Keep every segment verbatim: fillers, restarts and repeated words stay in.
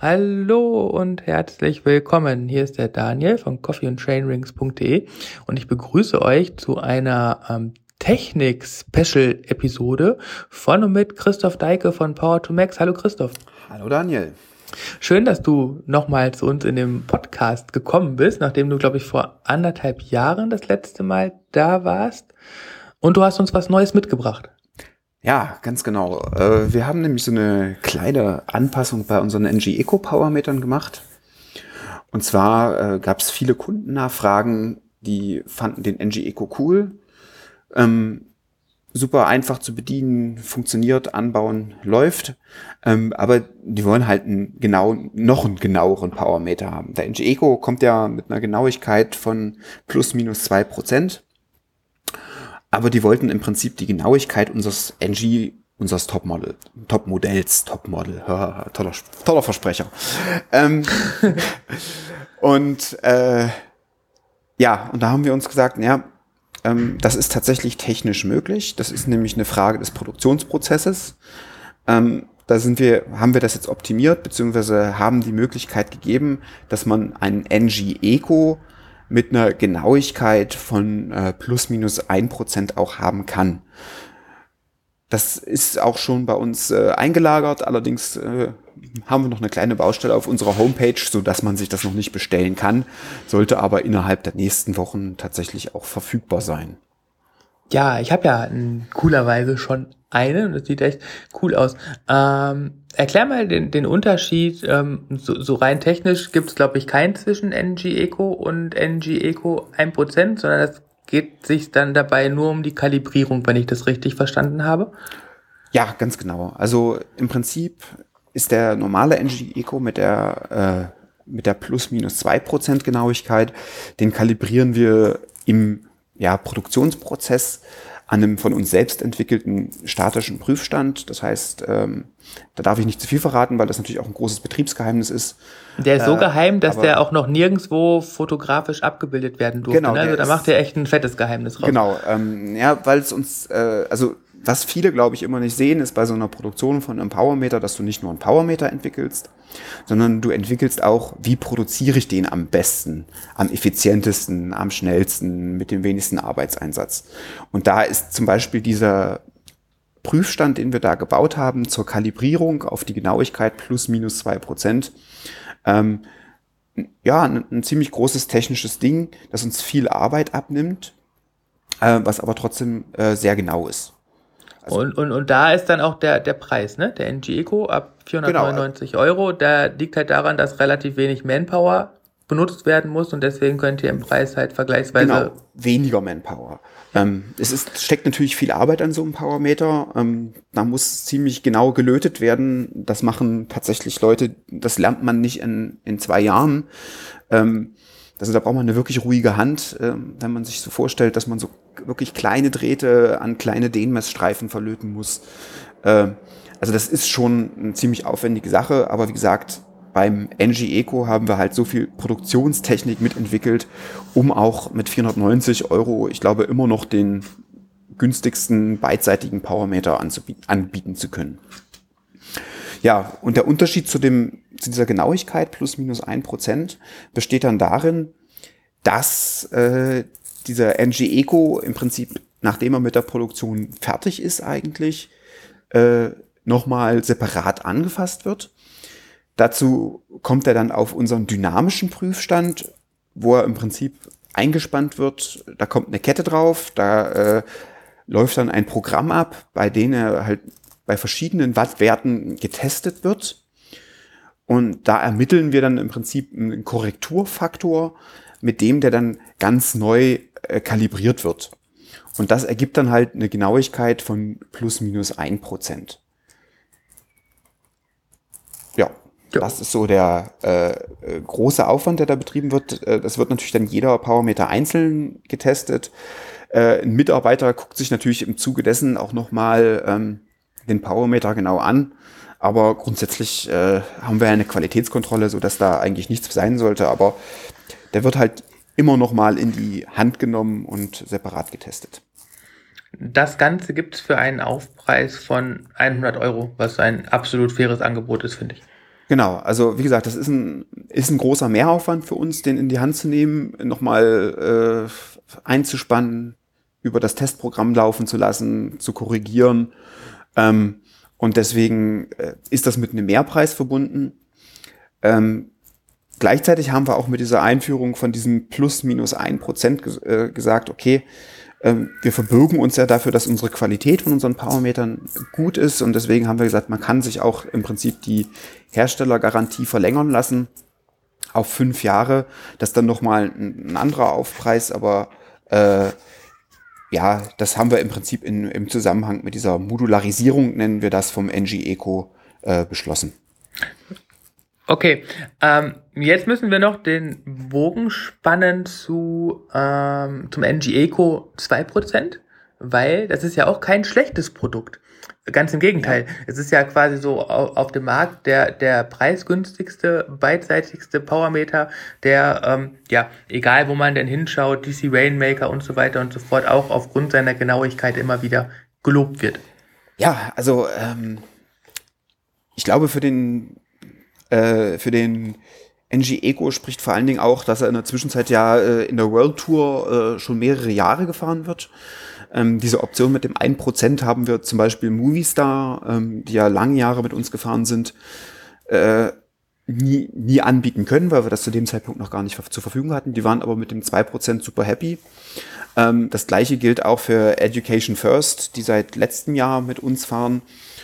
Hallo und herzlich willkommen. Hier ist der Daniel von coffee und chainrings punkt de und ich begrüße euch zu einer ähm, Technik-Special-Episode von und mit Christoph Deike von Power to Max. Hallo Christoph. Hallo Daniel. Schön, dass du nochmal zu uns in dem Podcast gekommen bist, nachdem du, glaube ich, vor anderthalb Jahren das letzte Mal da warst. Und du hast uns was Neues mitgebracht. Ja, ganz genau. Äh, wir haben nämlich so eine kleine Anpassung bei unseren N G Eco Powermetern gemacht. Und zwar äh, gab es viele Kundennachfragen, die fanden den N G Eco cool. Ähm, super einfach zu bedienen, funktioniert, anbauen, läuft. Ähm, aber die wollen halt einen genau, noch einen genaueren Powermeter haben. Der N G Eco kommt ja mit einer Genauigkeit von plus minus zwei Prozent. Aber die wollten im Prinzip die Genauigkeit unseres N G, unseres Topmodel, Topmodells, Topmodel, toller, toller Versprecher. Ähm, und äh, ja, und da haben wir uns gesagt, ja, ähm, das ist tatsächlich technisch möglich. Das ist nämlich eine Frage des Produktionsprozesses. Ähm, da sind wir, haben wir das jetzt optimiert, beziehungsweise haben die Möglichkeit gegeben, dass man einen N G Eco mit einer Genauigkeit von äh, plus minus ein Prozent auch haben kann. Das ist auch schon bei uns äh, eingelagert, allerdings äh, haben wir noch eine kleine Baustelle auf unserer Homepage, sodass man sich das noch nicht bestellen kann, sollte aber innerhalb der nächsten Wochen tatsächlich auch verfügbar sein. Ja, ich habe ja m, coolerweise schon eine und das sieht echt cool aus. Ähm, erklär mal den, den Unterschied, ähm, so, so rein technisch gibt es, glaube ich, keinen zwischen N G Eco und N G Eco ein Prozent, sondern das geht sich dann dabei nur um die Kalibrierung, wenn ich das richtig verstanden habe. Ja, ganz genau. Also im Prinzip ist der normale N G Eco mit der, äh, mit der plus minus zwei Prozent Genauigkeit, den kalibrieren wir im ja, Produktionsprozess an einem von uns selbst entwickelten statischen Prüfstand. Das heißt, ähm, da darf ich nicht zu viel verraten, weil das natürlich auch ein großes Betriebsgeheimnis ist. Der ist so äh, geheim, dass aber, der auch noch nirgendwo fotografisch abgebildet werden durfte. Genau, Ne? Also da ist, macht er echt ein fettes Geheimnis raus. Genau, ähm, ja, weil es uns, äh, also was viele, glaube ich, immer nicht sehen, ist bei so einer Produktion von einem Powermeter, dass du nicht nur einen Powermeter entwickelst, sondern du entwickelst auch, wie produziere ich den am besten, am effizientesten, am schnellsten, mit dem wenigsten Arbeitseinsatz. Und da ist zum Beispiel dieser Prüfstand, den wir da gebaut haben, zur Kalibrierung auf die Genauigkeit plus minus zwei Prozent, ähm, ja, ein, ein ziemlich großes technisches Ding, das uns viel Arbeit abnimmt, äh, was aber trotzdem äh, sehr genau ist. Also und, und, und da ist dann auch der, der Preis, ne? Der N G Eco ab vierhundertneunundneunzig genau. Euro. Der liegt halt daran, dass relativ wenig Manpower benutzt werden muss und deswegen könnt ihr im Preis halt vergleichsweise... Genau, weniger Manpower. Ja. Ähm, es ist, steckt natürlich viel Arbeit an so einem Powermeter. Ähm, da muss ziemlich genau gelötet werden. Das machen tatsächlich Leute, das lernt man nicht in, in zwei Jahren. Ähm, Also da braucht man eine wirklich ruhige Hand, äh, wenn man sich so vorstellt, dass man so wirklich kleine Drähte an kleine Dehnmessstreifen verlöten muss. Äh, also das ist schon eine ziemlich aufwendige Sache, aber wie gesagt, beim N G Eco haben wir halt so viel Produktionstechnik mitentwickelt, um auch mit vierhundertneunzig Euro, ich glaube, immer noch den günstigsten beidseitigen Powermeter anzubieten, anbieten zu können. Ja, und der Unterschied zu dem, zu dieser Genauigkeit plus minus ein Prozent besteht dann darin, dass äh, dieser N G Eco im Prinzip, nachdem er mit der Produktion fertig ist eigentlich, äh, nochmal separat angefasst wird. Dazu kommt er dann auf unseren dynamischen Prüfstand, wo er im Prinzip eingespannt wird. Da kommt eine Kette drauf, da äh, läuft dann ein Programm ab, bei dem er halt bei verschiedenen Wattwerten getestet wird. Und da ermitteln wir dann im Prinzip einen Korrekturfaktor, mit dem der dann ganz neu äh, kalibriert wird. Und das ergibt dann halt eine Genauigkeit von plus minus ein Prozent. Ja, ja, das ist so der äh, große Aufwand, der da betrieben wird. Äh, das wird natürlich dann jeder Powermeter einzeln getestet. Äh, ein Mitarbeiter guckt sich natürlich im Zuge dessen auch nochmal ähm, den Powermeter genau an, aber grundsätzlich äh, haben wir eine Qualitätskontrolle, sodass da eigentlich nichts sein sollte, aber der wird halt immer noch mal in die Hand genommen und separat getestet. Das Ganze gibt's für einen Aufpreis von hundert Euro, was ein absolut faires Angebot ist, finde ich. Genau, also wie gesagt, das ist ein, ist ein großer Mehraufwand für uns, den in die Hand zu nehmen, nochmal äh, einzuspannen, über das Testprogramm laufen zu lassen, zu korrigieren. Ähm, und deswegen äh, ist das mit einem Mehrpreis verbunden. Ähm, gleichzeitig haben wir auch mit dieser Einführung von diesem plus minus ein Prozent ges äh, gesagt, okay, ähm, wir verbürgen uns ja dafür, dass unsere Qualität von unseren Powermetern gut ist. Und deswegen haben wir gesagt, man kann sich auch im Prinzip die Herstellergarantie verlängern lassen auf fünf Jahre. Das ist dann nochmal ein, ein anderer Aufpreis, aber äh, ja, das haben wir im Prinzip in, im Zusammenhang mit dieser Modularisierung, nennen wir das, vom N G Eco äh, beschlossen. Okay, ähm, jetzt müssen wir noch den Bogen spannen zu ähm, zum N G Eco zwei Prozent, weil das ist ja auch kein schlechtes Produkt. Ganz im Gegenteil. Ja. Es ist ja quasi so auf, auf dem Markt der der preisgünstigste, beidseitigste Powermeter, der, ähm, ja, egal wo man denn hinschaut, D C Rainmaker und so weiter und so fort, auch aufgrund seiner Genauigkeit immer wieder gelobt wird. Ja, also ähm, ich glaube, für den äh, für den N G Eco spricht vor allen Dingen auch, dass er in der Zwischenzeit ja äh, in der World Tour äh, schon mehrere Jahre gefahren wird. Ähm, diese Option mit dem ein Prozent haben wir zum Beispiel Movistar, ähm, die ja lange Jahre mit uns gefahren sind, äh, nie, nie anbieten können, weil wir das zu dem Zeitpunkt noch gar nicht zur Verfügung hatten. Die waren aber mit dem zwei Prozent super happy. Ähm, das gleiche gilt auch für Education First, die seit letztem Jahr mit uns fahren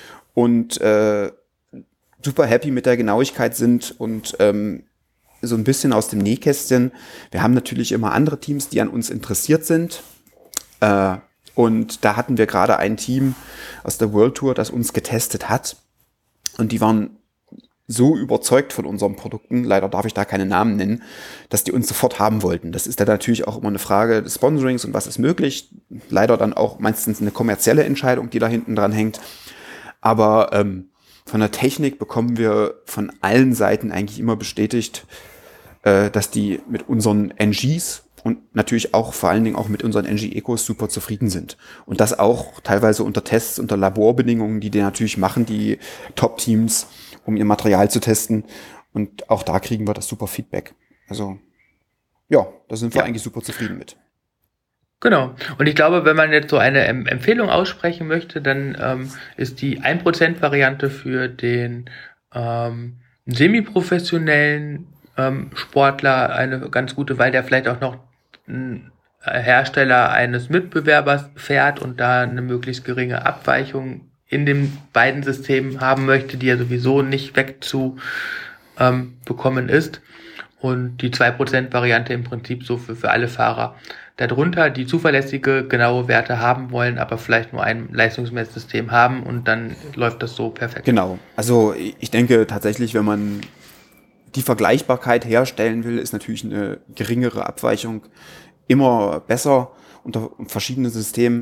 und äh, super happy mit der Genauigkeit sind und ähm, so ein bisschen aus dem Nähkästchen. Wir haben natürlich immer andere Teams, die an uns interessiert sind. Äh, Und da hatten wir gerade ein Team aus der World Tour, das uns getestet hat. Und die waren so überzeugt von unseren Produkten, leider darf ich da keine Namen nennen, dass die uns sofort haben wollten. Das ist dann natürlich auch immer eine Frage des Sponsorings und was ist möglich. Leider dann auch meistens eine kommerzielle Entscheidung, die da hinten dran hängt. Aber ähm, von der Technik bekommen wir von allen Seiten eigentlich immer bestätigt, äh, dass die mit unseren N Gs und natürlich auch vor allen Dingen auch mit unseren N G Ecos super zufrieden sind. Und das auch teilweise unter Tests, unter Laborbedingungen, die die natürlich machen, die Top-Teams, um ihr Material zu testen. Und auch da kriegen wir das super Feedback. Also ja, da sind wir ja eigentlich super zufrieden mit. Genau. Und ich glaube, wenn man jetzt so eine em- Empfehlung aussprechen möchte, dann ähm, ist die ein Prozent Variante für den ähm, semi-professionellen ähm, Sportler eine ganz gute, weil der vielleicht auch noch ein Hersteller eines Mitbewerbers fährt und da eine möglichst geringe Abweichung in den beiden Systemen haben möchte, die ja sowieso nicht wegzubekommen ähm, bekommen ist. Und die zwei Prozent Variante im Prinzip so für, für alle Fahrer darunter, die zuverlässige, genaue Werte haben wollen, aber vielleicht nur ein Leistungsmesssystem haben und dann läuft das so perfekt. Genau. Also ich denke tatsächlich, wenn man die Vergleichbarkeit herstellen will, ist natürlich eine geringere Abweichung immer besser unter verschiedenen Systemen.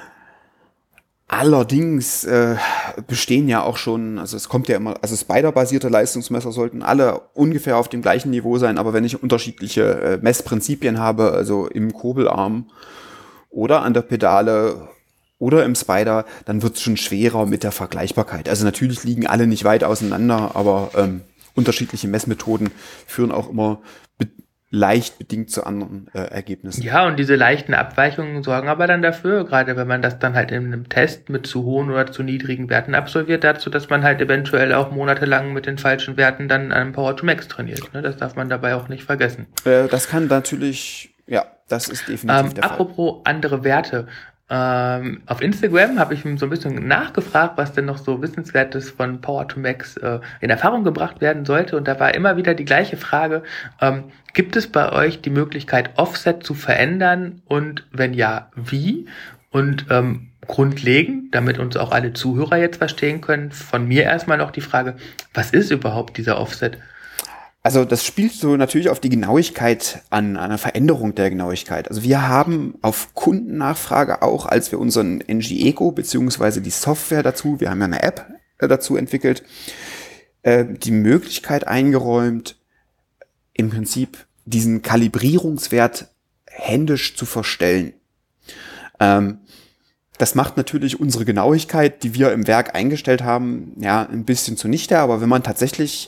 Allerdings äh, bestehen ja auch schon, also es kommt ja immer, also Spider-basierte Leistungsmesser sollten alle ungefähr auf dem gleichen Niveau sein, aber wenn ich unterschiedliche äh, Messprinzipien habe, also im Kurbelarm oder an der Pedale oder im Spider, dann wird es schon schwerer mit der Vergleichbarkeit. Also natürlich liegen alle nicht weit auseinander, aber ähm, unterschiedliche Messmethoden führen auch immer be- leicht bedingt zu anderen äh, Ergebnissen. Ja, und diese leichten Abweichungen sorgen aber dann dafür, gerade wenn man das dann halt in einem Test mit zu hohen oder zu niedrigen Werten absolviert, dazu, dass man halt eventuell auch monatelang mit den falschen Werten dann an einem Power to Max trainiert. Ne? Das darf man dabei auch nicht vergessen. Äh, das kann natürlich, ja, das ist definitiv ähm, der Fall. Apropos andere Werte. Ähm, auf Instagram habe ich so ein bisschen nachgefragt, was denn noch so Wissenswertes von Power to Max äh, in Erfahrung gebracht werden sollte. Und da war immer wieder die gleiche Frage, ähm, gibt es bei euch die Möglichkeit, Offset zu verändern? Und wenn ja, wie? Und ähm, grundlegend, damit uns auch alle Zuhörer jetzt verstehen können, von mir erstmal noch die Frage, was ist überhaupt dieser Offset? Also das spielt so natürlich auf die Genauigkeit an, an einer Veränderung der Genauigkeit. Also wir haben auf Kundennachfrage auch, als wir unseren N G Eco beziehungsweise die Software dazu, wir haben ja eine App äh, dazu entwickelt, äh, die Möglichkeit eingeräumt, im Prinzip diesen Kalibrierungswert händisch zu verstellen. Ähm, das macht natürlich unsere Genauigkeit, die wir im Werk eingestellt haben, ja, ein bisschen zunichte, aber wenn man tatsächlich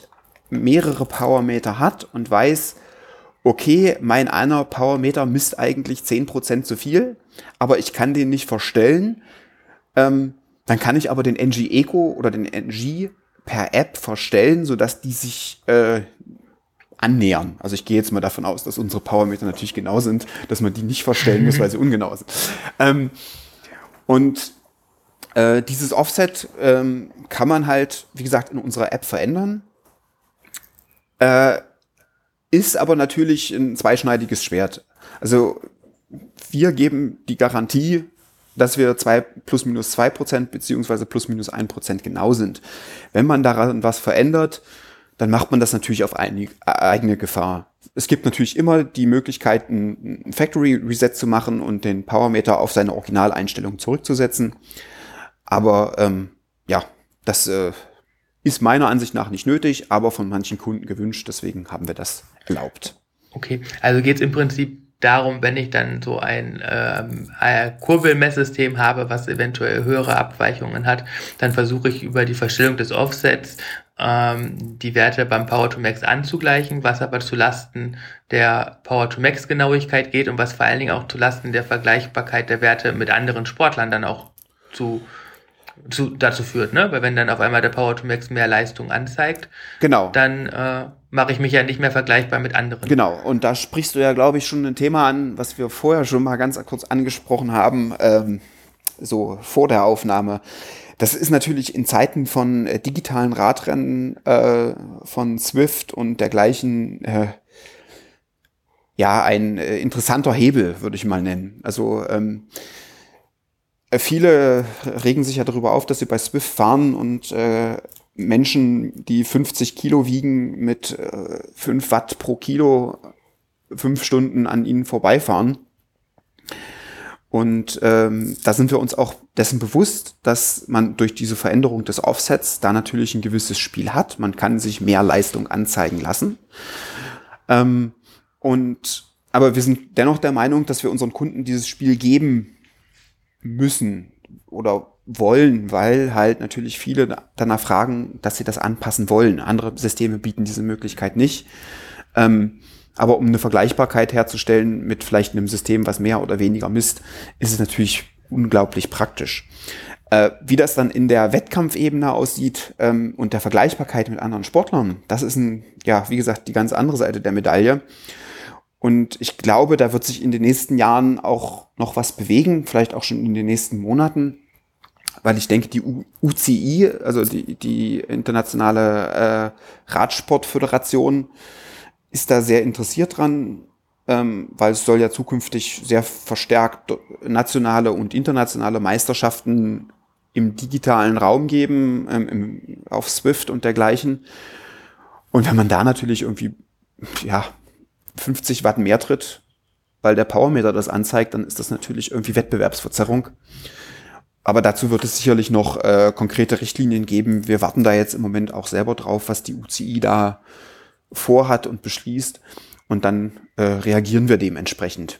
mehrere Powermeter hat und weiß, okay, mein einer Powermeter misst eigentlich zehn Prozent zu viel, aber ich kann den nicht verstellen, ähm, dann kann ich aber den N G Eco oder den N G per App verstellen, sodass die sich äh, annähern. Also ich gehe jetzt mal davon aus, dass unsere Powermeter natürlich genau sind, dass man die nicht verstellen muss, weil sie ungenau sind. Ähm, und äh, dieses Offset ähm, kann man halt, wie gesagt, in unserer App verändern. Äh, ist aber natürlich ein zweischneidiges Schwert. Also wir geben die Garantie, dass wir zwei, plus minus zwei Prozent beziehungsweise plus minus ein Prozent genau sind. Wenn man daran was verändert, dann macht man das natürlich auf eine, eigene Gefahr. Es gibt natürlich immer die Möglichkeit, ein Factory Reset zu machen und den Powermeter auf seine Originaleinstellung zurückzusetzen. Aber ähm, ja, das äh, ist meiner Ansicht nach nicht nötig, aber von manchen Kunden gewünscht. Deswegen haben wir das erlaubt. Okay, also geht es im Prinzip darum, wenn ich dann so ein, ähm, ein Kurbelmesssystem habe, was eventuell höhere Abweichungen hat, dann versuche ich über die Verstellung des Offsets ähm, die Werte beim Power to Max anzugleichen, was aber zu Lasten der Power to Max Genauigkeit geht und was vor allen Dingen auch zu Lasten der Vergleichbarkeit der Werte mit anderen Sportlern dann auch zu Zu, dazu führt, ne? Weil wenn dann auf einmal der Power to Max mehr Leistung anzeigt, genau, dann äh, mache ich mich ja nicht mehr vergleichbar mit anderen. Genau, und da sprichst du ja, glaube ich, schon ein Thema an, was wir vorher schon mal ganz kurz angesprochen haben, ähm, so vor der Aufnahme. Das ist natürlich in Zeiten von äh, digitalen Radrennen, äh, von Zwift und dergleichen, äh, ja, ein äh, interessanter Hebel, würde ich mal nennen. Also ähm, viele regen sich ja darüber auf, dass sie bei Zwift fahren und äh, Menschen, die fünfzig Kilo wiegen, mit äh, fünf Watt pro Kilo fünf Stunden an ihnen vorbeifahren. Und ähm, da sind wir uns auch dessen bewusst, dass man durch diese Veränderung des Offsets da natürlich ein gewisses Spiel hat. Man kann sich mehr Leistung anzeigen lassen. Ähm, und aber wir sind dennoch der Meinung, dass wir unseren Kunden dieses Spiel geben müssen oder wollen, weil halt natürlich viele danach fragen, dass sie das anpassen wollen. Andere Systeme bieten diese Möglichkeit nicht. Ähm, aber um eine Vergleichbarkeit herzustellen mit vielleicht einem System, was mehr oder weniger misst, ist es natürlich unglaublich praktisch. Äh, wie das dann in der Wettkampfebene aussieht ähm, und der Vergleichbarkeit mit anderen Sportlern, das ist ein, ja, wie gesagt, die ganz andere Seite der Medaille. Und ich glaube, da wird sich in den nächsten Jahren auch noch was bewegen, vielleicht auch schon in den nächsten Monaten, weil ich denke, die U C I, also die, die internationale äh, Radsportföderation, ist da sehr interessiert dran, ähm, weil es soll ja zukünftig sehr verstärkt nationale und internationale Meisterschaften im digitalen Raum geben, ähm, im, auf Zwift und dergleichen. Und wenn man da natürlich irgendwie, ja, fünfzig Watt mehr tritt, weil der Powermeter das anzeigt, dann ist das natürlich irgendwie Wettbewerbsverzerrung. Aber dazu wird es sicherlich noch äh, konkrete Richtlinien geben. Wir warten da jetzt im Moment auch selber drauf, was die U C I da vorhat und beschließt. Und dann äh, reagieren wir dementsprechend.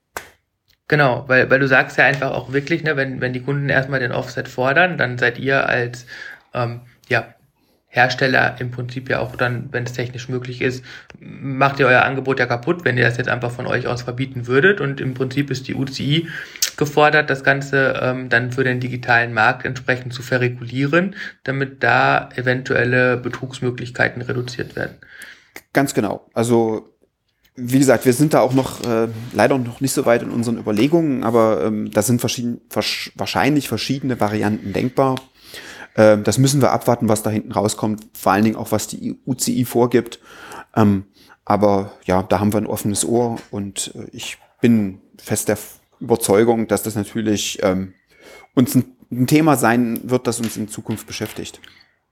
Genau, weil, weil du sagst ja einfach auch wirklich, ne, wenn, wenn die Kunden erstmal den Offset fordern, dann seid ihr als ähm, ja, Hersteller im Prinzip ja auch dann, wenn es technisch möglich ist, macht ihr euer Angebot ja kaputt, wenn ihr das jetzt einfach von euch aus verbieten würdet. Und im Prinzip ist die U C I gefordert, das Ganze ähm, dann für den digitalen Markt entsprechend zu verregulieren, damit da eventuelle Betrugsmöglichkeiten reduziert werden. Ganz genau. Also wie gesagt, wir sind da auch noch äh, leider noch nicht so weit in unseren Überlegungen, aber ähm, da sind verschieden, versch- wahrscheinlich verschiedene Varianten denkbar. Ähm, das müssen wir abwarten, was da hinten rauskommt, vor allen Dingen auch, was die U C I vorgibt. Ähm, aber ja, da haben wir ein offenes Ohr und äh, ich bin fest der Überzeugung, dass das natürlich ähm, uns ein, ein Thema sein wird, das uns in Zukunft beschäftigt.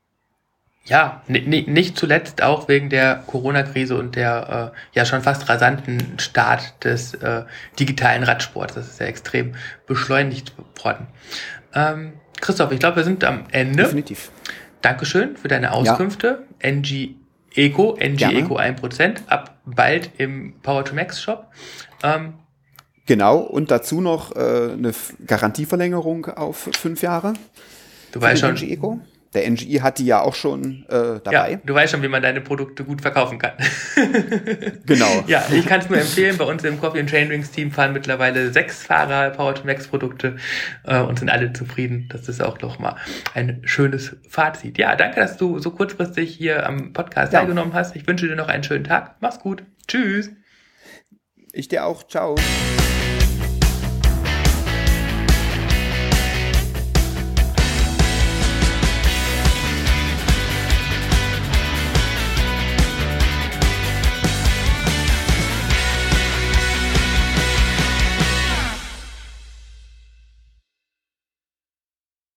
Ja, n- n- nicht zuletzt auch wegen der Corona-Krise und der äh, ja schon fast rasanten Start des äh, digitalen Radsports. Das ist ja extrem beschleunigt worden. Ähm, Christoph, ich glaube, wir sind am Ende. Definitiv. Dankeschön für deine Auskünfte. Ja. N G Eco, N G Eco ein Prozent, ab bald im Power to Max Shop. Ähm, genau, und dazu noch äh, eine Garantieverlängerung auf fünf Jahre. Du weißt schon, N G Eco. der N G I hat die ja auch schon äh, dabei. Ja, du weißt schon, wie man deine Produkte gut verkaufen kann. Genau. Ja, ich kann es nur empfehlen. Bei uns im Coffee and Chainrings Team fahren mittlerweile sechs Fahrer Power to Max Produkte äh, und sind alle zufrieden. Das ist auch noch mal ein schönes Fazit. Ja, danke, dass du so kurzfristig hier am Podcast Ja. teilgenommen hast. Ich wünsche dir noch einen schönen Tag. Mach's gut. Tschüss. Ich dir auch. Ciao.